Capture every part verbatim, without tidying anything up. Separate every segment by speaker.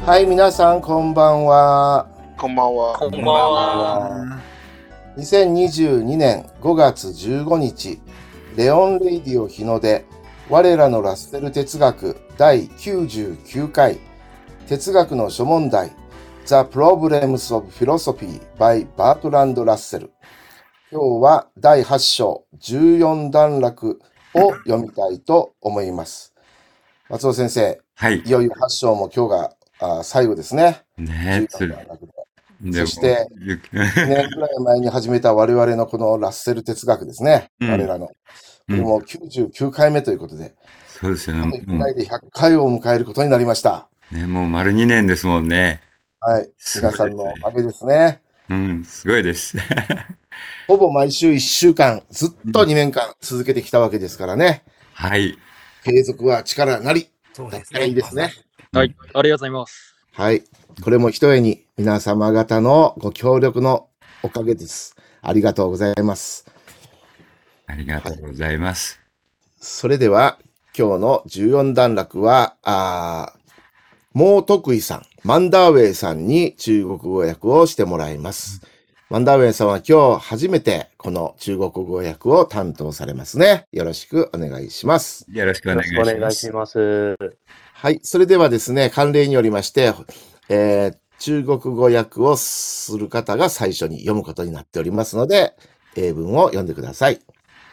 Speaker 1: はい、皆さんこんばんは。
Speaker 2: こんばんは。
Speaker 3: こんばんは。
Speaker 1: にせんにじゅうにねんごがつじゅうごにち、レオンレイディオ日の出、我らのラッセル哲学だいきゅうじゅうきゅうかい、哲学の諸問題、The Problems of Philosophy by Bertrand Russell。今日はだいはち章じゅうよん段落を読みたいと思います。松尾先生、
Speaker 4: はい。
Speaker 1: いよいよはち章も今日があ最後ですね。
Speaker 4: ねえ、
Speaker 1: じゅうよん段落で。
Speaker 4: で
Speaker 1: そして、
Speaker 4: ゆ
Speaker 1: にねんくらい前に始めた我々のこのラッセル哲学ですね。
Speaker 4: うん
Speaker 1: 我らの。こ
Speaker 4: うん
Speaker 1: れもきゅうじゅうきゅうかいめということで、
Speaker 4: そうですよ
Speaker 1: あと
Speaker 4: ね。
Speaker 1: いっ
Speaker 4: も
Speaker 1: かいでひゃっかいを迎えることになりました。
Speaker 4: う、ね、もう丸にねんですもんね。
Speaker 1: はい。
Speaker 4: すごいですね
Speaker 1: 皆さんのおかげですね。
Speaker 4: うん、すごいです。
Speaker 1: ほぼ毎週いっしゅうかん、ずっとにねんかん続けてきたわけですからね。
Speaker 4: はい。
Speaker 1: 継続は力なり。
Speaker 3: そうです
Speaker 1: だったらいいですね。
Speaker 3: はい、ありがとうございます。
Speaker 1: はい。これもひとえに皆様方のご協力のおかげです。ありがとうございます。
Speaker 4: ありがとうございます。
Speaker 1: それでは、今日のじゅうよん段落は、あーモー徳井さん、マンダーウェイさんに中国語訳をしてもらいます。マンダーウェイさんは今日初めてこの中国語訳を担当されますね。よろしくお願いします。
Speaker 4: よろしくお
Speaker 5: よろ
Speaker 4: 願いします。
Speaker 5: しくお願いします。
Speaker 1: はい。それではですね、慣例によりまして、えー中国語訳をする方が最初に読むことになっておりますので、英文を読んでください。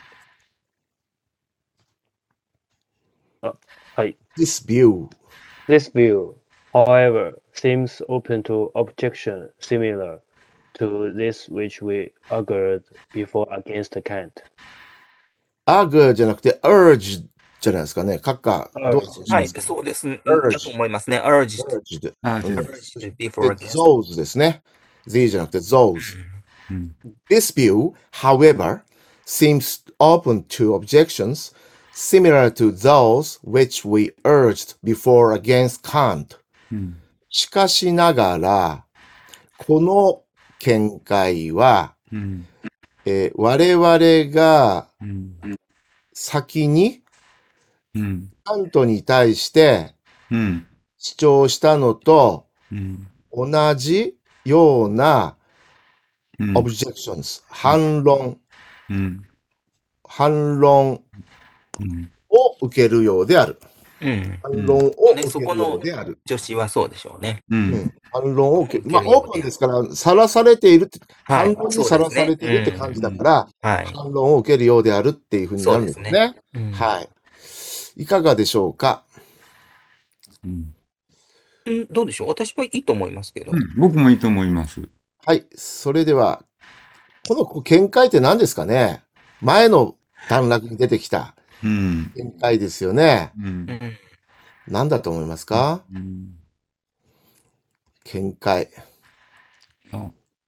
Speaker 5: はい。
Speaker 1: This view
Speaker 5: This view, however, seems open to objection similar to this which we argued before against Kant.
Speaker 1: argue じゃなくて urge じゃないですかね。閣下、どうし
Speaker 3: はい、
Speaker 1: ますか？
Speaker 3: そうですね。
Speaker 1: urge
Speaker 3: だと思いますね。urged,
Speaker 1: urged。
Speaker 4: あ、
Speaker 1: うん
Speaker 4: じゃあ
Speaker 3: urged before
Speaker 1: で
Speaker 3: against.
Speaker 1: those ですね。these じゃなくて those。
Speaker 4: うん
Speaker 1: This view, however, seems open to objections similar to those which we urged before against Kant.
Speaker 4: うん
Speaker 1: しかしながら、この見解は、
Speaker 4: うん
Speaker 1: えー我々が
Speaker 4: うん
Speaker 1: 先に
Speaker 4: うん
Speaker 1: カントに対して
Speaker 4: うん
Speaker 1: 主張したのと
Speaker 4: うん
Speaker 1: 同じような
Speaker 4: うん
Speaker 1: objections、反論、
Speaker 4: うん
Speaker 1: 反論
Speaker 4: うん
Speaker 1: を受けるようである。
Speaker 3: うん。
Speaker 1: 反論を受けるようである。
Speaker 3: 女子はそうでしょうね。
Speaker 4: う
Speaker 1: うんん、反論を受ける。まあ、
Speaker 3: 受けるようで
Speaker 1: オープンですから、さらされているって、
Speaker 3: はい
Speaker 1: 反論にさらされているって感じだから、
Speaker 3: はい。
Speaker 1: 反論を受けるようであるっていうふうになるんですね。
Speaker 3: そうですうん
Speaker 1: はい。いかがでしょうか？
Speaker 4: うん
Speaker 3: うんどうでしょう、私はいいと思いますけど。
Speaker 4: うん僕もいいと思います。
Speaker 1: はい。それでは、この見解って何ですかね？前の段落に出てきた
Speaker 4: うん
Speaker 1: 見解ですよね。
Speaker 4: うん
Speaker 3: うん
Speaker 1: 何だと思いますか？
Speaker 4: うん
Speaker 1: 見解。
Speaker 4: あ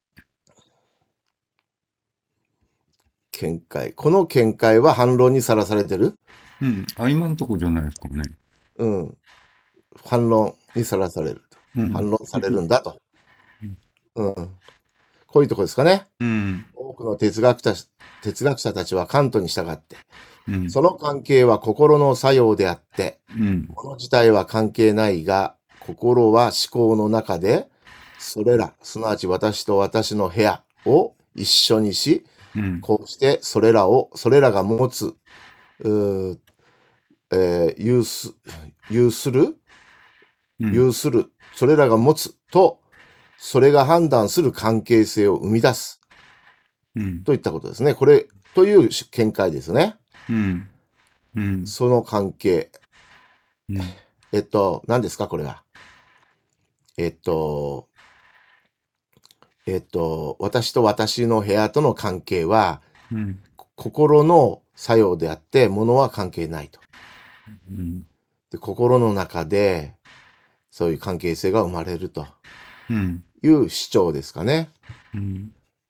Speaker 1: 見解。この見解は反論にさらされてる？
Speaker 4: うんあ今のとこじゃないですかね。
Speaker 1: うん。反論にさらされると。
Speaker 4: うん
Speaker 1: 反論されるんだと。うん。こういうとこですかね。
Speaker 4: うん
Speaker 1: 多くの哲学者哲学者たちはカントに従って、
Speaker 4: うん
Speaker 1: その関係は心の作用であって、
Speaker 4: うん
Speaker 1: この自体は関係ないが、心は思考の中で、それら、すなわち私と私の部屋を一緒にし、
Speaker 4: うん
Speaker 1: こうしてそれらを、それらが持つ、うーえー有す、有する、
Speaker 4: うん
Speaker 1: 有する、それらが持つと、それが判断する関係性を生み出す
Speaker 4: うん
Speaker 1: といったことですね。これ、という見解ですね。
Speaker 4: うんうん
Speaker 1: その関係。
Speaker 4: うん
Speaker 1: えっと、何ですか、これは。えっと、えっと、私と私の部屋との関係は、
Speaker 4: うん
Speaker 1: 心の作用であって、物は関係ないと。
Speaker 4: うん
Speaker 1: で、心の中で、そういう関係性が生まれると
Speaker 4: うん
Speaker 1: いう主張ですかね。
Speaker 4: うん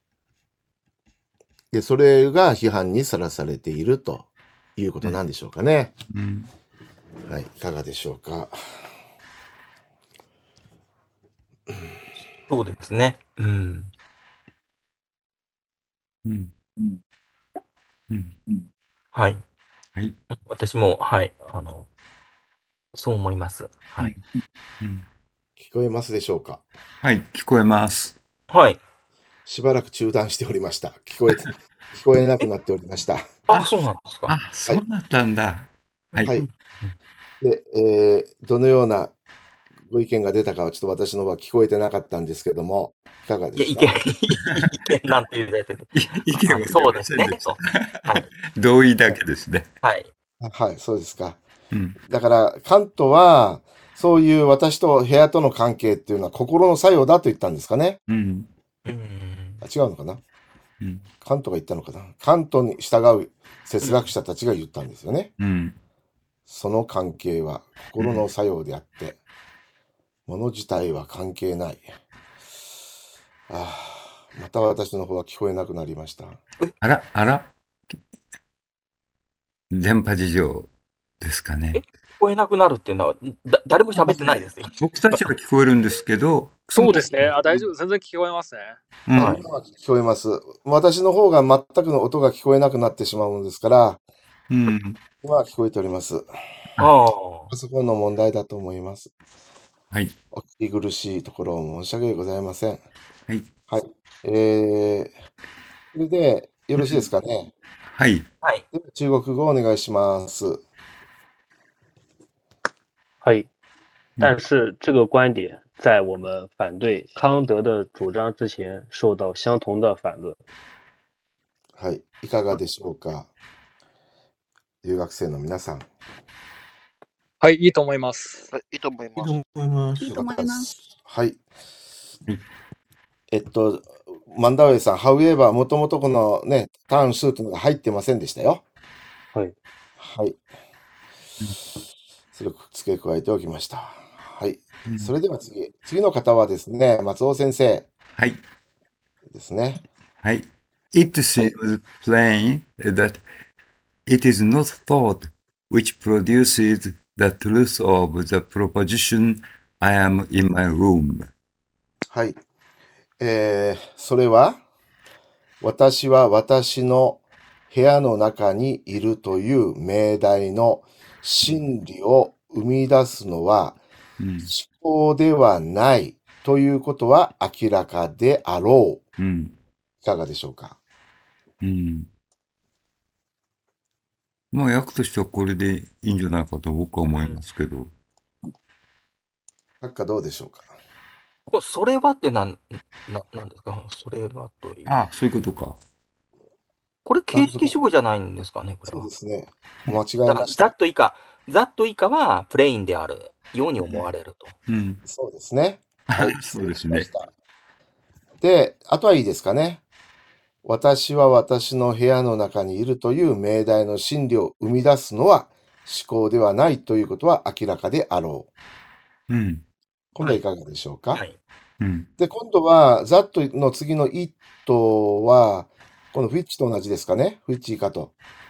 Speaker 1: で、それが批判にさらされているということなんでしょうかね。
Speaker 4: うん
Speaker 1: はい、いかがでしょうか。
Speaker 3: そうですね。うん。
Speaker 4: うんうん
Speaker 3: はい。
Speaker 4: はい
Speaker 3: 私も、はい。あの、そう思います。はい。
Speaker 4: うん
Speaker 1: 聞こえますでしょうか？
Speaker 4: はい、聞こえます。
Speaker 3: はい。
Speaker 1: しばらく中断しておりました。聞こえ、聞こえなくなっておりました。
Speaker 3: あ、そうなんですか。
Speaker 4: あ、そうだったんだ。はい。
Speaker 1: はい。
Speaker 3: うん。
Speaker 1: で、えーどのようなご意見が出たかはちょっと私の方は聞こえてなかったんですけども、いかが
Speaker 3: いや、
Speaker 1: ですか？
Speaker 3: 意見、意見なんて言うやつで。
Speaker 4: い意見は出
Speaker 3: そうで
Speaker 4: ますせん
Speaker 3: ね、
Speaker 4: でした。
Speaker 3: と。はい。
Speaker 4: 同意だけですね。
Speaker 3: はい。
Speaker 1: はい、そうですか。
Speaker 4: うん。
Speaker 1: だから、カントは、そういう私と部屋との関係っていうのは心の作用だと言ったんですかね。
Speaker 4: うん。
Speaker 3: うん。
Speaker 1: あ、違うのかな。
Speaker 4: うん。
Speaker 1: カントが言ったのかな。カントに従う哲学者たちが言ったんですよね。
Speaker 4: うん。
Speaker 1: その関係は心の作用であって、物自体は関係ない。ああ、また私の方は聞こえなくなりました。
Speaker 4: あら、あら、電波事情ですか
Speaker 3: え、
Speaker 4: ね。
Speaker 3: 聞こえなくなるっていうのは、だ、誰も喋ってないですよ。
Speaker 4: 僕たちは聞こえるんですけど、
Speaker 2: そうですね。あ、大丈夫。全然聞こえますね。
Speaker 4: うん。
Speaker 3: はい。
Speaker 1: 今は聞こえます。私の方が全くの音が聞こえなくなってしまうのですから、
Speaker 4: うん。
Speaker 1: 今は聞こえております。
Speaker 3: ああ。
Speaker 1: パソコンの問題だと思います。
Speaker 4: はい。
Speaker 1: お聞き苦しいところを申し訳ございません。
Speaker 4: はい。
Speaker 1: はい。えー、それでよろしいですかね。
Speaker 4: はい。
Speaker 3: はい。
Speaker 1: では中国語お願いします。
Speaker 5: はい。
Speaker 4: うん
Speaker 5: 但是这个观点在我们反对康德的主张之前受到相同的反论。
Speaker 1: はい。いかがでしょうか。留学生の皆さん。
Speaker 2: はい、いいと思います。
Speaker 6: はい、いいと思います。
Speaker 4: 思います。
Speaker 6: いいと思います。
Speaker 1: はい
Speaker 4: うん。
Speaker 1: えっと、マンダウェイさん、ハウエーバー、もともとこのね、ターン数というのが入ってませんでしたよ。
Speaker 5: はい。
Speaker 1: はい。それを付け加えておきました。はい。
Speaker 4: うん
Speaker 1: それでは次。次の方はですね、松尾先生
Speaker 4: はい。
Speaker 1: ですね。
Speaker 4: はい。It seems plain that it is not thought which produces the truth of the proposition I am in my room.
Speaker 1: はい。えー、それは、私は私の部屋の中にいるという命題の真理を生み出すのは
Speaker 4: うん。
Speaker 1: 思考ではないということは明らかであろう。
Speaker 4: うん。
Speaker 1: いかがでしょうか。
Speaker 4: うん。まあ、訳としてはこれでいいんじゃないかと僕は思いますけど。
Speaker 1: 閣下どうでしょうか。
Speaker 3: これそれはってなん、な、なんですかそれはという。
Speaker 4: ああ、そういうことか。
Speaker 3: これ形式主語じゃないんですかねこれ
Speaker 1: そう
Speaker 3: は。
Speaker 1: ですね。間違え
Speaker 3: だから、
Speaker 1: ました。
Speaker 3: ざっと以下、ざっと以下はプレインであるように思われると。
Speaker 4: うん。
Speaker 1: そうですね。はい。
Speaker 4: そうですね
Speaker 1: 失礼し。ました。で、あとはいいですかね。私は私の部屋の中にいるという命題の真理を生み出すのは思考ではないということは明らかであろう。
Speaker 4: うん。
Speaker 1: 今度はいかがでしょうか。
Speaker 3: はい。
Speaker 4: うん。
Speaker 1: で、今度は、ざっとの次の it は、この which と同じですかね。which 以下と。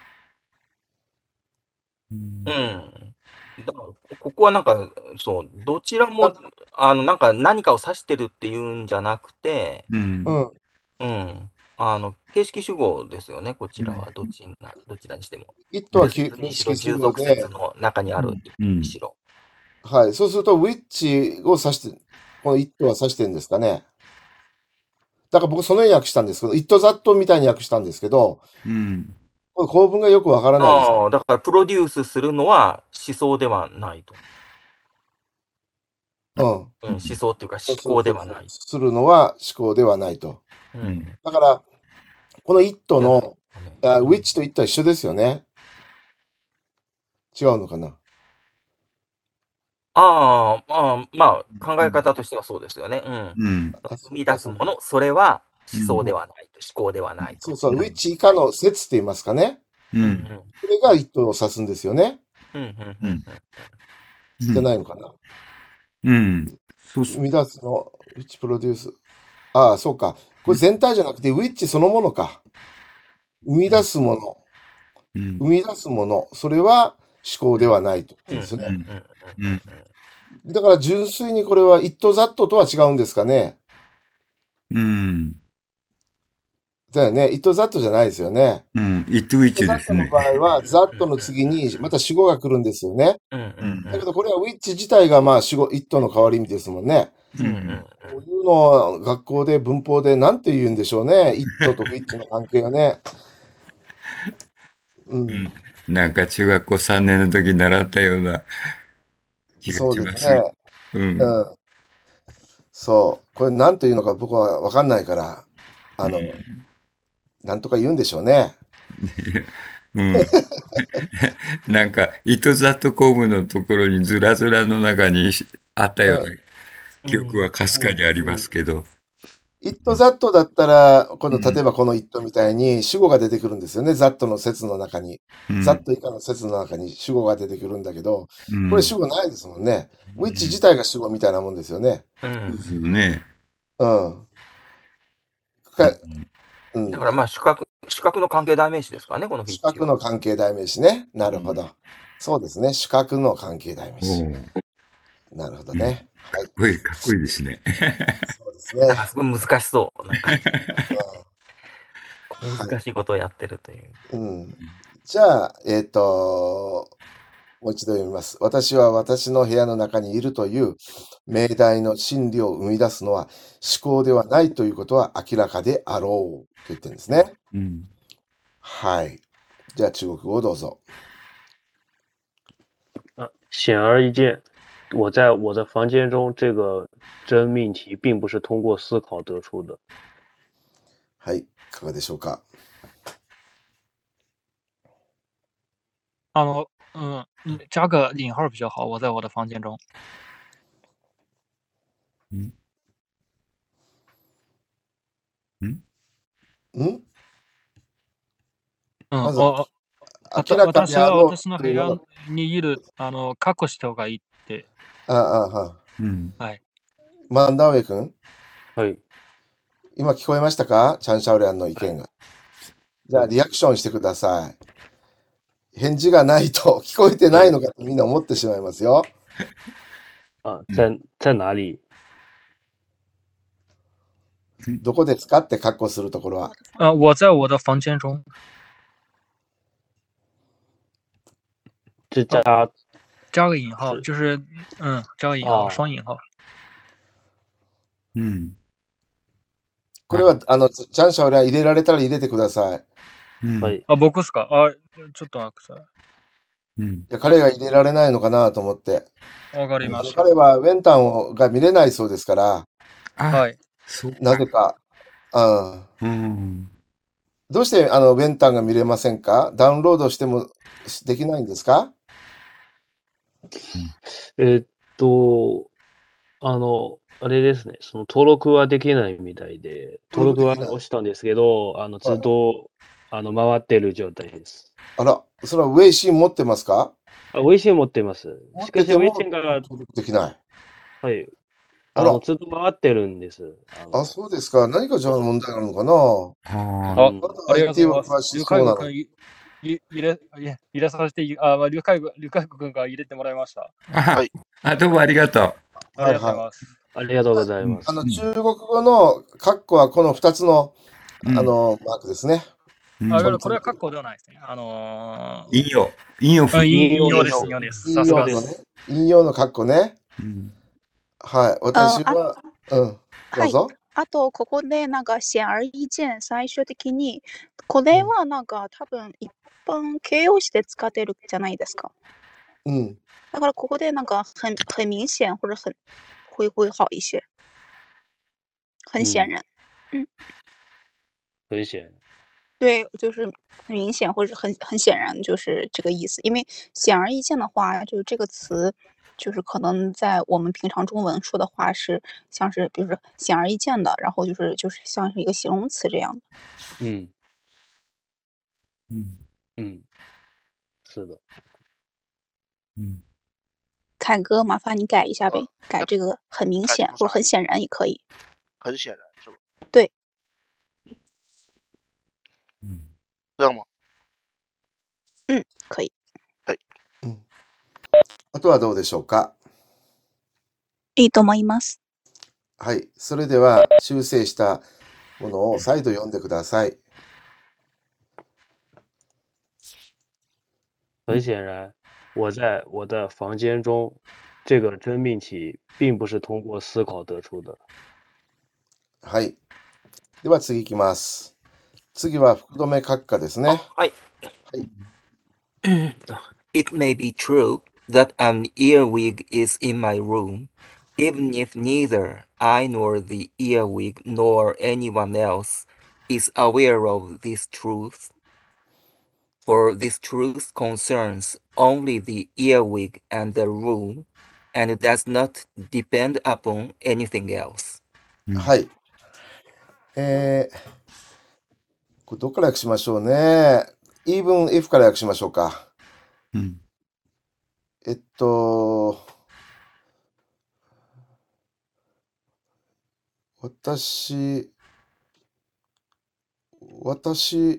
Speaker 3: うん。だから、ここはなんか、そう、どちらも、あの、なんか何かを指してるっていうんじゃなくて、
Speaker 4: うん
Speaker 1: う。ん。
Speaker 3: うん。あの、形式主語ですよね、こちらは。どっちな、どちらにしても。
Speaker 1: it は
Speaker 3: 別
Speaker 1: 形
Speaker 3: にしろ
Speaker 1: 式主語
Speaker 3: 従属
Speaker 1: で
Speaker 3: 説、の中にある
Speaker 4: うん
Speaker 3: にしろ。
Speaker 1: はい。そうすると which を指して、この it は指してるんですかね。だから僕そのように訳したんですけど、it that みたいに訳したんですけど、
Speaker 4: うん。
Speaker 1: これ構文がよくわからないです。
Speaker 3: ああ、だからプロデュースするのは思想ではないと。
Speaker 1: うん。
Speaker 3: うん、思想っていうか思考ではない。
Speaker 1: するのは思考ではないと。
Speaker 3: う
Speaker 4: うんん。
Speaker 1: だから、この it の、
Speaker 3: うん
Speaker 1: あ which と it は一緒ですよね。違うのかな。
Speaker 3: ああ、まあ、まあ、考え方としてはそうですよね。うん。
Speaker 4: うん。
Speaker 3: 生み出すもの、それは思想ではないと、思考ではないと。
Speaker 1: そうそう、which 以下の説って言いますかね。
Speaker 4: う。
Speaker 3: うんん。
Speaker 1: それが it を指すんですよね。
Speaker 3: うん。うん。うん。
Speaker 1: じゃないのかな。
Speaker 4: うん。そう
Speaker 1: 生み出すの、which produce。ああ、そうか。これ全体じゃなくて、which そのものか。生み出すもの。
Speaker 4: うん。
Speaker 1: 生み出すもの。それは思考ではないと
Speaker 3: うん。
Speaker 1: ですね。
Speaker 3: うん。
Speaker 4: うん。
Speaker 1: だから純粋にこれは it that とは違うんですかね。
Speaker 4: うん。
Speaker 1: だよね。it that じゃないですよね。
Speaker 4: うん、it which
Speaker 1: it
Speaker 4: で
Speaker 1: that
Speaker 4: すね。
Speaker 1: の場合は、that の次にまた主語が来るんですよね。
Speaker 3: うんうん
Speaker 1: だけどこれは which 自体がまあ主語、it の代わりにですもんね。
Speaker 3: うん。うん
Speaker 1: こういうのを学校で文法で何て言うんでしょうね。it と which の関係がね。うん。
Speaker 4: なんか中学校さんねんの時習ったような気が
Speaker 1: そう
Speaker 4: します。
Speaker 1: ですね。
Speaker 4: うん。
Speaker 1: うん。そう。これ何というのか僕はわかんないから、あの、なんとか言うんでしょうね。
Speaker 4: うん。なんか、糸ザットコムのところにずらずらの中にあったような記憶はかすかにありますけど。
Speaker 1: it that だったら、今度
Speaker 4: うん
Speaker 1: 例えばこの it みたいに主語が出てくるんですよね。that の説の中に。
Speaker 4: うん
Speaker 1: that 以下の説の中に主語が出てくるんだけど、
Speaker 4: うん
Speaker 1: これ主語ないですもんね。which 自体が主語みたいなもんですよね。
Speaker 3: うん
Speaker 4: ですよね。
Speaker 1: うん。かうん
Speaker 3: だからまあ主格、主格の関係代名詞ですからね、このフィッ
Speaker 1: 主
Speaker 3: チは。
Speaker 1: 格の関係代名詞ね。なるほど。そうですね。主格の関係代名
Speaker 4: お
Speaker 1: 詞。
Speaker 4: う
Speaker 1: なるほどね。
Speaker 4: かっこいい、かっこいいですね。
Speaker 1: そうですね。
Speaker 3: なんかすごい難しそう。なんか
Speaker 1: う
Speaker 3: 難しいことをやってるという。
Speaker 1: んうん、じゃあ、えっ、と、もう一度読みます。私は私の部屋の中にいるという命題の真理を生み出すのは思考ではないということは明らかであろうと言ってるんですね。
Speaker 4: うん。
Speaker 1: はい。じゃあ中国語をどうぞ。
Speaker 5: 啊，显而易见，我在我的房间中，这个真命题并不是通过思考得出的。
Speaker 1: はい。いかがでしょうか。
Speaker 2: あの、嗯，加个引号比较好。我在我的房间中。
Speaker 4: うんうん
Speaker 1: ん
Speaker 2: うん、
Speaker 1: まず
Speaker 2: おあた
Speaker 1: 明らか
Speaker 2: 私は
Speaker 1: であろう
Speaker 2: 私の部屋
Speaker 1: というのが、
Speaker 2: にいる、あの、隠した方がいいって。
Speaker 1: ああ、ああ、
Speaker 4: うん。
Speaker 2: はい。
Speaker 1: マンダウェイ君、
Speaker 5: はい。
Speaker 1: 今聞こえましたか？チャンシャオリャンの意見が。じゃあリアクションしてください。返事がないと聞こえてないのかとみんな思ってしまいますよ。
Speaker 5: 啊，在在哪里？
Speaker 1: どこですかって格好するところは。
Speaker 2: 啊，我在我的房间中。
Speaker 5: 这加
Speaker 2: 加个引号，
Speaker 5: 是
Speaker 2: 就是嗯，加个引号，
Speaker 5: 哦
Speaker 2: 双引号。
Speaker 4: うん。
Speaker 1: これは、あの、チャンシャオリャン入れられたら入れてください。
Speaker 4: うん。
Speaker 5: はい。
Speaker 2: あ、僕っすか？あ、ちょっと待ってくださ
Speaker 4: うん。
Speaker 1: いや彼が入れられないのかなと思って。
Speaker 2: い。わかりました。
Speaker 1: 彼はウェンタンをが見れないそうですから、
Speaker 4: あ、
Speaker 2: はい。
Speaker 4: そっか。
Speaker 1: なぜか。うん
Speaker 4: うん。
Speaker 1: どうしてあのウェンタンが見れませんか？ダウンロードしてもできないんですか？
Speaker 5: えーっと、あの、あれですね、その登録はできないみたいで、登録は
Speaker 1: 登録できない
Speaker 5: 押したんですけど、あの、ずっと、あの、回ってる状態です。
Speaker 1: あら、それはウェイシーン持ってますか？
Speaker 5: あ、微信持ってます。しかし、微信が、
Speaker 1: 登録できない。
Speaker 5: はい、
Speaker 1: あら
Speaker 5: あの、ずっと回ってるんです。あの
Speaker 1: あ、そうですか。何かじゃあ問題があるのかな？
Speaker 4: は
Speaker 2: あ
Speaker 5: うん
Speaker 2: ありがとうござい
Speaker 1: アイティー は詳
Speaker 2: ます。
Speaker 1: し
Speaker 2: 劉
Speaker 1: そうなの。
Speaker 2: 海軍いい入れいや入れさせていあ、まあ、劉海軍劉海軍が入れてもらいました。
Speaker 4: あ。はい。あ、どうもありがとう。
Speaker 2: ありがとうございます。
Speaker 5: ありがとうございます。
Speaker 1: あの、中国語のカッコはこのふたつの、
Speaker 4: うん
Speaker 1: あの、マークですね。
Speaker 4: うん
Speaker 2: あ、これは括弧ではないですね。あのー、
Speaker 4: 引用。引用
Speaker 2: あ引
Speaker 5: 引用
Speaker 2: 用です、
Speaker 5: 引用
Speaker 2: 引用です。
Speaker 1: 引
Speaker 2: さすがです。
Speaker 1: 用のね。引用のカッコね。
Speaker 4: うん。
Speaker 1: はい。私は、うん。どうぞ。
Speaker 6: あと、ここでなんか显而易見、最終的に、これはなんか多分一般形容詞で使ってるじゃないですか。
Speaker 1: うん。
Speaker 6: だからここでなんか很很明显或者很会会好一些。很显然。
Speaker 5: 很显。
Speaker 6: 对，就是很明显或者很很显然就是这个意思。因为显而易见的话，就是这个词，就是可能在我们平常中文说的话是像是，比如说显而易见的，然后就是就是像是一个形容词这样的。
Speaker 5: 嗯
Speaker 4: うん。
Speaker 5: 嗯，是的。
Speaker 4: うん。
Speaker 6: 凯哥，麻烦你改一下呗，改这个很明显或者很显然也可以。
Speaker 7: 很显然是吧？
Speaker 4: うん。
Speaker 7: 这样吗？
Speaker 6: 可以。
Speaker 1: あとはどうでしょうか？
Speaker 6: いいと思います。
Speaker 1: はい。それでは、修正したものを再度読んでください。
Speaker 5: 很显然，我在我的房间中，这个真命题并不是通过思考得出的。
Speaker 1: はい。では次いきます。次は福留閣下ですね。
Speaker 3: はい。
Speaker 1: はい。
Speaker 3: It may be true that an earwig is in my room, even if neither I nor the earwig nor anyone else is aware of this truth. For this truth concerns only the earwig and the room, and does not depend upon anything else.
Speaker 1: はい。えー、これどっから訳しましょうね。even if から訳しましょうか。
Speaker 4: うん。
Speaker 1: えっと、私、私、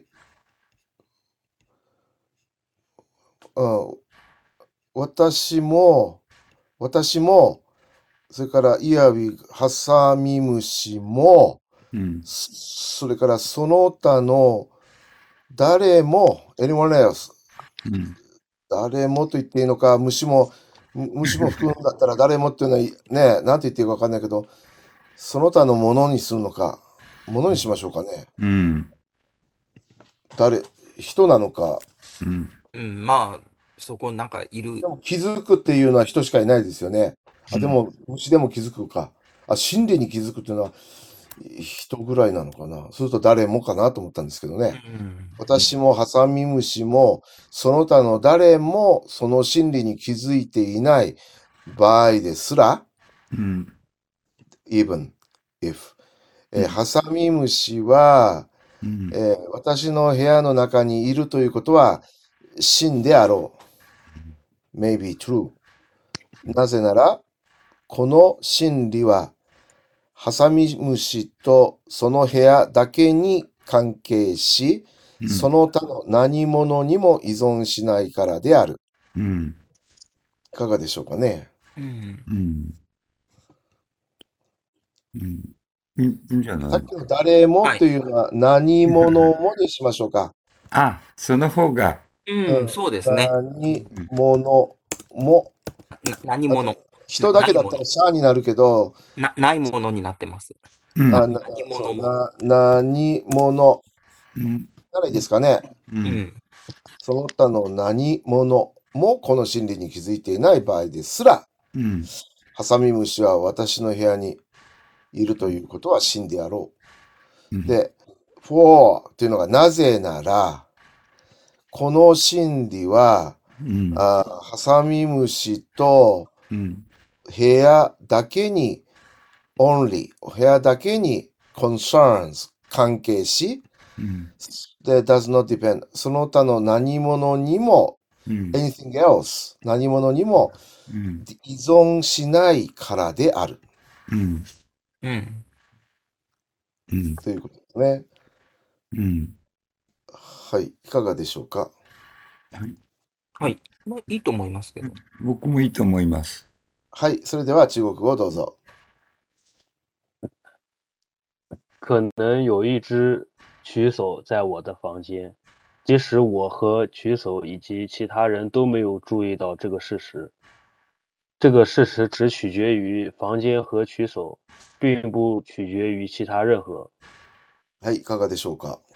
Speaker 1: うん、私も、私も、それからイヤウィグ、ハサミムシも、
Speaker 4: うん。
Speaker 1: そそれからその他の誰も、anyone else、
Speaker 4: うん。
Speaker 1: 誰もと言っていいのか、虫も、む虫も含むんだったら誰もっていうのはね、なんて言っていいかわかんないけど、その他のものにするのか、ものにしましょうかね。
Speaker 4: うん。
Speaker 1: 誰、人なのか。
Speaker 4: うん。
Speaker 3: うん、まあ、そこなんかいる。
Speaker 1: でも気づくっていうのは人しかいないですよね。あ、でも虫でも気づくか。あ、心理に気づくっていうのは人ぐらいなのかな。そうすると誰もかなと思ったんですけどね。
Speaker 3: うん、
Speaker 1: 私もハサミムシも、その他の誰もその心理に気づいていない場合ですら、
Speaker 4: うん。
Speaker 1: even if、えー
Speaker 4: うん
Speaker 1: ハサミムシは、
Speaker 4: うん。
Speaker 1: えー私の部屋の中にいるということは真であろう。may be true。なぜなら、この真理は、ハサミムシとその部屋だけに関係し、
Speaker 4: うん
Speaker 1: その他の何者にも依存しないからである。
Speaker 4: うん。
Speaker 1: いかがでしょうかね。
Speaker 3: うん、
Speaker 4: うん。うん。いいいいんじゃない？
Speaker 1: さっきの誰もというのは何者もにしましょうか。
Speaker 4: あ、その方が。
Speaker 3: うん、そうですね。
Speaker 1: 何者も。
Speaker 3: な何者
Speaker 1: 人だけだったらシャーになるけど、
Speaker 3: なないものになってます。
Speaker 4: うん。
Speaker 1: あな
Speaker 3: 何者も。
Speaker 1: そうな何者
Speaker 4: うん。
Speaker 1: ならいいですかね。
Speaker 4: う。
Speaker 3: うんん、
Speaker 1: その他の何者もこの真理に気づいていない場合ですら、
Speaker 4: うん。
Speaker 1: ハサミムシは私の部屋にいるということは真であろ
Speaker 4: うん。
Speaker 1: う。で、for というのがなぜなら、この真理は、
Speaker 4: うん。
Speaker 1: あハサミムシと
Speaker 4: うん。
Speaker 1: 部屋だけに、only、部屋だけに concerns 関係し、
Speaker 4: うん。
Speaker 1: で、does not depend その他の何者にも、
Speaker 4: うん。
Speaker 1: anything else 何者にも
Speaker 4: うん。
Speaker 1: 依存しないからである
Speaker 4: うん。
Speaker 3: うん、
Speaker 4: うん。
Speaker 1: ということですね。
Speaker 4: うん。
Speaker 1: はい、いかがでしょうか。
Speaker 3: はい。まあ、いいと思いますけど。
Speaker 4: 僕もいいと思います。
Speaker 1: はい、それでは中国語をどうぞ。
Speaker 5: 可能有一只曲手在我的房间，即使我和曲手以及其他人都没有注意到这个事实。这个事实只取决于房间和曲手，并不取决于其他任何。
Speaker 1: はい、いかがでしょうか。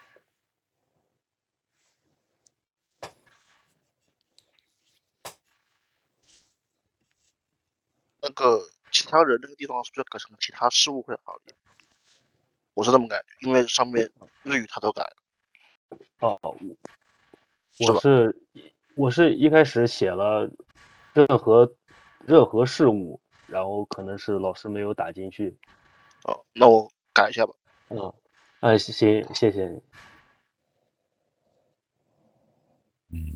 Speaker 7: 那个其他人那个地方是不是改成其他事物会好一点？我是这么感觉，因为上面日语它都改了。
Speaker 5: 哦，
Speaker 7: 是吧
Speaker 5: 我是我是一开始写了任何任何事物，然后可能是老师没有打进去。
Speaker 7: 哦，那我改一下吧。
Speaker 5: 嗯，哎，行，谢谢你。
Speaker 4: うん。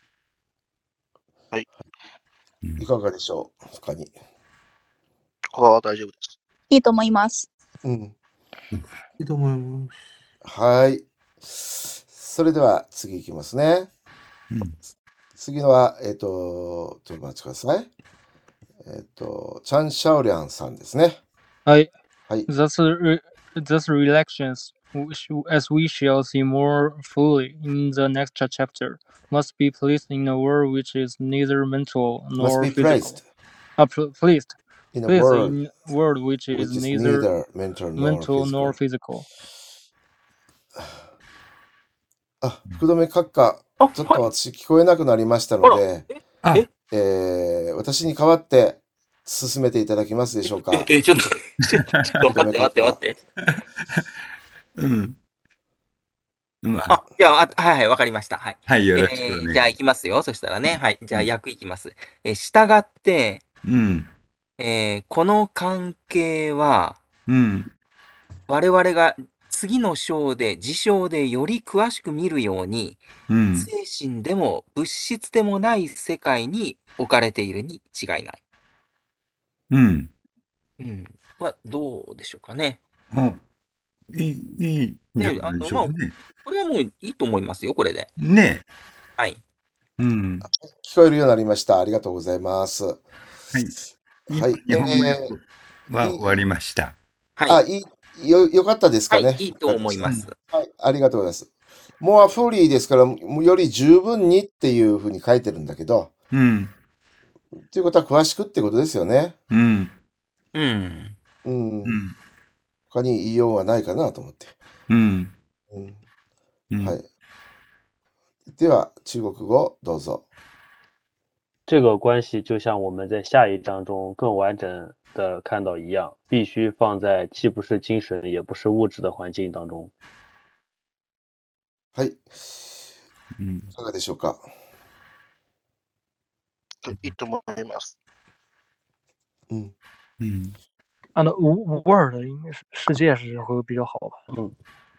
Speaker 7: はい。
Speaker 1: いかがでしょう。他に。
Speaker 7: 他は大丈夫です。
Speaker 6: いいと思います。
Speaker 1: うん。
Speaker 8: いいと思います。
Speaker 1: はい。それでは次いきますね。
Speaker 4: うん。
Speaker 1: 次のは、えっ、と、ちょっとお待ちください。えっ、と、チャン・シャオリャンさんですね。
Speaker 2: はい。
Speaker 1: はい。
Speaker 2: Thus, re- thus relations as we shall see more fully in the next chapter, must be placed in a world which is neither mental
Speaker 1: must
Speaker 2: nor
Speaker 1: be
Speaker 2: physical.
Speaker 1: placed
Speaker 2: Uh, pl- placed,
Speaker 1: in a
Speaker 2: placed
Speaker 1: world
Speaker 2: in a world which
Speaker 1: which
Speaker 2: is
Speaker 1: is
Speaker 2: neither
Speaker 1: neither mental nor
Speaker 2: mental nor
Speaker 1: physical.
Speaker 2: physical.
Speaker 1: あ、福留閣下、
Speaker 3: あ、
Speaker 1: ちょっと
Speaker 3: はい。
Speaker 1: 私聞こえなくなりました
Speaker 3: あら、
Speaker 1: ので、
Speaker 3: え、
Speaker 4: あ、
Speaker 3: え、
Speaker 1: えー私に代わって進めていただけますでしょう
Speaker 3: え、
Speaker 1: か。
Speaker 3: え、ちょっと、ちょっと
Speaker 1: 福
Speaker 3: 待
Speaker 1: 留
Speaker 3: って待って
Speaker 1: 閣下。
Speaker 3: 待って。
Speaker 4: うん。まあ、
Speaker 3: あ、じゃあ、あはいはい、わかりました。はい。
Speaker 4: はい、よろしく
Speaker 3: えー、
Speaker 4: お願い
Speaker 3: じゃあ、行きますよ。そしたらね。はい。じゃあ、
Speaker 4: うん
Speaker 3: 訳いきます。えー、従って、
Speaker 4: うん。
Speaker 3: えー、この関係は、
Speaker 4: うん。
Speaker 3: 我々が次の章で、事象でより詳しく見るように、
Speaker 4: うん。
Speaker 3: 精神でも物質でもない世界に置かれているに違いない。
Speaker 4: うん。
Speaker 3: うん。は、どうでしょうかね。
Speaker 4: あ、いい、いいんじゃ
Speaker 3: ね、
Speaker 4: ないで
Speaker 3: あの、まあ、
Speaker 4: しょうかね。
Speaker 3: これはもういいと思いますよ、これで。
Speaker 4: ね
Speaker 3: はい。
Speaker 4: え。うん。
Speaker 1: 聞こえるようになりました。ありがとうございます。は
Speaker 4: はい。今、
Speaker 1: い。
Speaker 4: 日本語
Speaker 1: え
Speaker 4: 訳は終わりました。
Speaker 1: ー、
Speaker 3: はい。
Speaker 1: あ、いい、よ、よかったです
Speaker 3: はい、
Speaker 1: かね。
Speaker 3: いいと思い
Speaker 1: わかり
Speaker 3: ます。
Speaker 1: ました。はい。ありがとうございます。more fully ですから、もうより十分にっていうふうに書いてるんだけど、
Speaker 4: うん。
Speaker 1: ということは詳しくってことですよね。
Speaker 4: うん。
Speaker 3: うん。
Speaker 1: うん。
Speaker 4: うん。
Speaker 1: 他に言いようがないかなと思って。
Speaker 4: うん。
Speaker 1: うん。
Speaker 4: うん。
Speaker 1: はい。では、中国語どうぞ。
Speaker 5: 这个关系就像我们在下一章中更完整的看到一样，必须放在既不是精神也不是物质的环境当中。
Speaker 1: はい。
Speaker 4: うん。
Speaker 1: いかがでしょうか。
Speaker 7: いいと思います。
Speaker 1: うん。
Speaker 4: うん。
Speaker 2: 啊，那 word 应该是世界是会比较好吧？
Speaker 5: 嗯，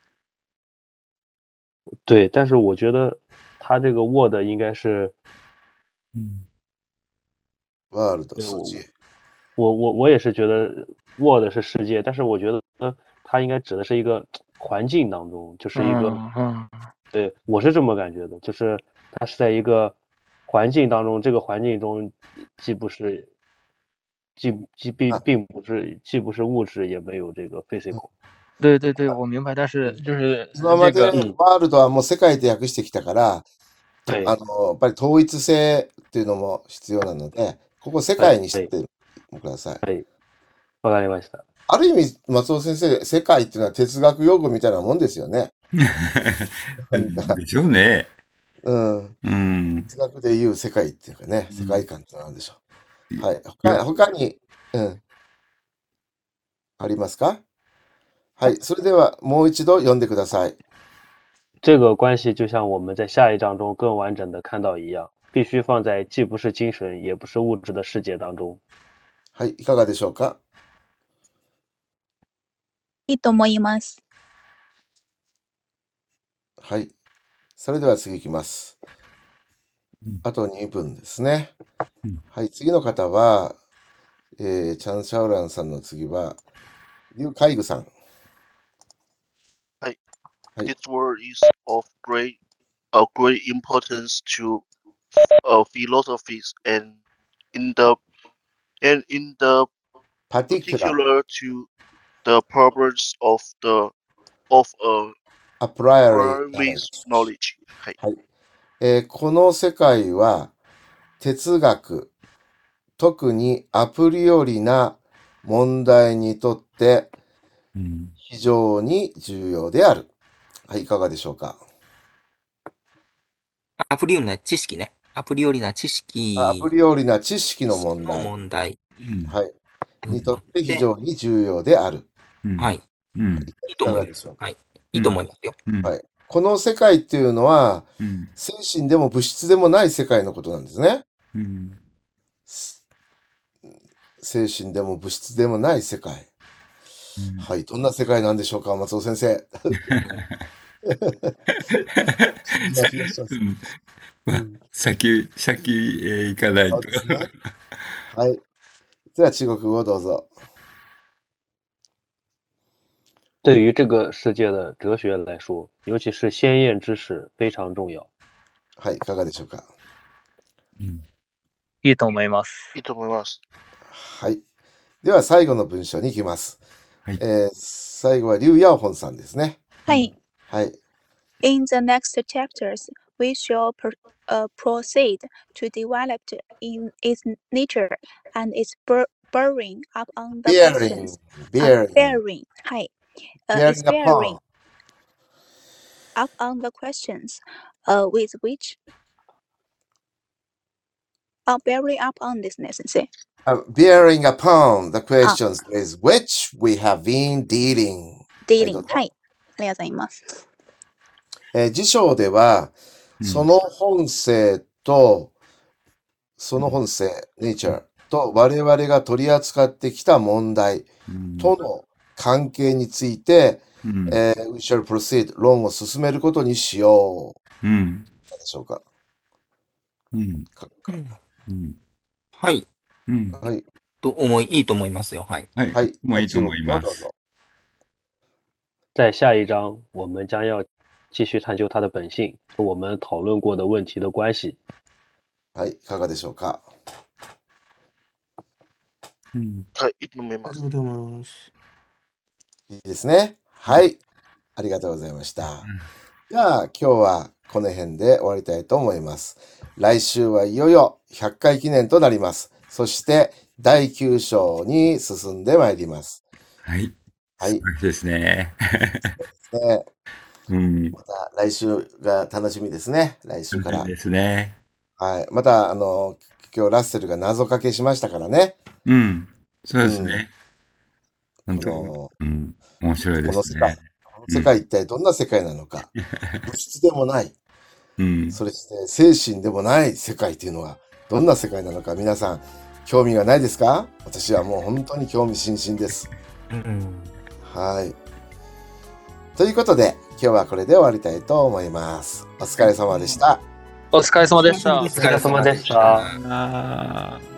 Speaker 5: 对，但是我觉得它这个 word 应该是，
Speaker 4: うん。
Speaker 1: ワールド、
Speaker 5: 对我
Speaker 1: 世界。
Speaker 5: 我我我也是觉得 word 是世界，但是我觉得它应该指的是一个环境当中，就是一个，
Speaker 2: 嗯嗯
Speaker 5: 对，我是这么感觉的，就是它是在一个环境当中，这个环境中既不是，既既并
Speaker 1: 啊
Speaker 5: 并不是，既不是物质，也没有这个 physical。
Speaker 2: 对对对，我明白，但是就是
Speaker 1: 今まで
Speaker 2: 这个，
Speaker 5: 嗯
Speaker 1: ワールドはもう世界で訳してきたから、
Speaker 5: はい
Speaker 1: あの、やっぱり統一性っていうのも必要なので、ここ世界にしてください。
Speaker 5: はい、わかりました。
Speaker 1: ある意味、松尾先生、世界っていうのは哲学用語みたいなもんですよね。
Speaker 4: でしょうね。
Speaker 1: うん。
Speaker 4: うん。
Speaker 1: 哲学で言う世界っていうかね、世界観ってなんでしょう。はい。
Speaker 4: い
Speaker 1: 他
Speaker 4: や
Speaker 1: 他に、うん。ありますか？はい。それでは、もう一度読んでください。
Speaker 5: 这个关系就像我们在下一章中更完整的看到一样，必须放在既不是精神也不是物质的世界当中。
Speaker 1: はい。いかがでしょうか？
Speaker 6: いいと思います。
Speaker 1: はい。それでは次いきます
Speaker 4: うん。
Speaker 1: あとにふんですね
Speaker 4: うん。
Speaker 1: はい。次の方は、えー、チャン・シャオランさんの次は、リュウ・カイグさん。
Speaker 7: はい。
Speaker 1: はい。
Speaker 7: This word is of great, of great importance to uh, philosophies and in the and in the
Speaker 1: particular
Speaker 7: particular to the purpose of the of a
Speaker 1: a priori
Speaker 7: primary
Speaker 1: knowledge。
Speaker 7: knowledge. はい。
Speaker 1: はい。えーこの世界は哲学、特にアプリよりな問題にとって
Speaker 4: うん。
Speaker 1: 非常に重要である。はい、いかがでしょうか。
Speaker 3: アプリよりな知識ね。アプリよりな知識
Speaker 1: あアプリよりな知識の問
Speaker 3: の
Speaker 1: 題、
Speaker 3: 問題
Speaker 4: うん。
Speaker 1: はい、に
Speaker 3: にとっ
Speaker 1: とって非
Speaker 3: て、
Speaker 1: 常に重要である。
Speaker 4: うん。
Speaker 3: はい。
Speaker 4: うん。
Speaker 3: いい
Speaker 1: い
Speaker 3: と思います。
Speaker 1: かがでしょうか。
Speaker 3: はい。いいと思いますよ。
Speaker 4: うん。
Speaker 1: はい。この世界っていうのは、
Speaker 4: うん。
Speaker 1: 精神でも物質でもない世界のことなんですね。
Speaker 4: うん。
Speaker 1: す精神でも物質でもない世界。
Speaker 4: うん。
Speaker 1: はい。どんな世界なんでしょうか、松尾先生。
Speaker 4: さ
Speaker 1: 気がします。
Speaker 4: うんまあ
Speaker 1: うん。
Speaker 4: 先、先へ行かないと。
Speaker 1: そうですね。はい。では中国語どうぞ。
Speaker 5: 对于这个世界的哲学来说，尤其是先验知识非常重要。
Speaker 1: はい。いかがでしょうか。
Speaker 4: うん。
Speaker 2: いいと思います。
Speaker 7: いいと思います。
Speaker 1: はい。では最後の文章に行きます。
Speaker 4: はい。
Speaker 1: えー最後はリュウ・ヤオホンさんですね。
Speaker 6: ははい。
Speaker 1: はい。
Speaker 6: In the next chapters, we shall per, uh, proceed to develop in its nature and its bur- bearing up on the
Speaker 1: bearing,
Speaker 6: questions.
Speaker 1: bearing,
Speaker 6: Uh, bearing, はい。Uh, its
Speaker 1: bearing
Speaker 6: bearing
Speaker 1: upon,
Speaker 6: up on the questions, uh, with which, uh, bearing up on ですね、先生。
Speaker 1: uh, bearing upon the questions with which we have been dealing. はい、ど
Speaker 6: dealing、
Speaker 1: うぞ。
Speaker 6: はい。ありがとうございます。
Speaker 1: えー辞書では、
Speaker 4: うん
Speaker 1: その本性と、その本性、nature と我々が取り扱ってきた問題
Speaker 4: うん
Speaker 1: との関係について、
Speaker 4: うん
Speaker 1: えー we shall proceed 論を進めることにしよう。
Speaker 4: うん
Speaker 1: どうでしょうか。
Speaker 4: うん
Speaker 1: か
Speaker 4: うん
Speaker 3: はい。
Speaker 4: うん
Speaker 1: はい。
Speaker 3: と思い、いいと思いますよ。はい。
Speaker 4: はい。
Speaker 1: はい。
Speaker 4: もういいと思います。
Speaker 1: どうぞ。
Speaker 5: 在下一章，我们将要继续探究它的本性和我们讨论过的问题的关系。
Speaker 1: はい。いかがでしょうか。
Speaker 4: うん
Speaker 7: はい、いいと思います。
Speaker 8: ありがとうございます。
Speaker 1: いいですね。はい。ありがとうございました。じゃあ、今日はこの辺で終わりたいと思います。来週はいよいよひゃっかい記念となります。そしてだいきゅう章に進んでまいります。
Speaker 4: はい。
Speaker 1: はい。
Speaker 4: 素晴らしいですね。
Speaker 1: ね、
Speaker 4: うん。
Speaker 1: また来週が楽しみですね。来週から。
Speaker 4: ですね。
Speaker 1: はい。また、あの、今日ラッセルが謎かけしましたからね。
Speaker 4: うん。そうですね。
Speaker 1: うん、
Speaker 4: 本当に。
Speaker 1: この、
Speaker 4: うん。面白いです
Speaker 1: この世界、
Speaker 4: ね。
Speaker 1: この世界一体どんな世界なのか。物質でもない。
Speaker 4: うん。
Speaker 1: それして精神でもない世界というのはどんな世界なのか皆さん興味がないですか？私はもう本当に興味津々です。
Speaker 3: うん。
Speaker 1: はい。ということで今日はこれで終わりたいと思います。お疲れ様でした。
Speaker 2: お疲れ様でした。
Speaker 5: お疲れ様でした。
Speaker 4: あー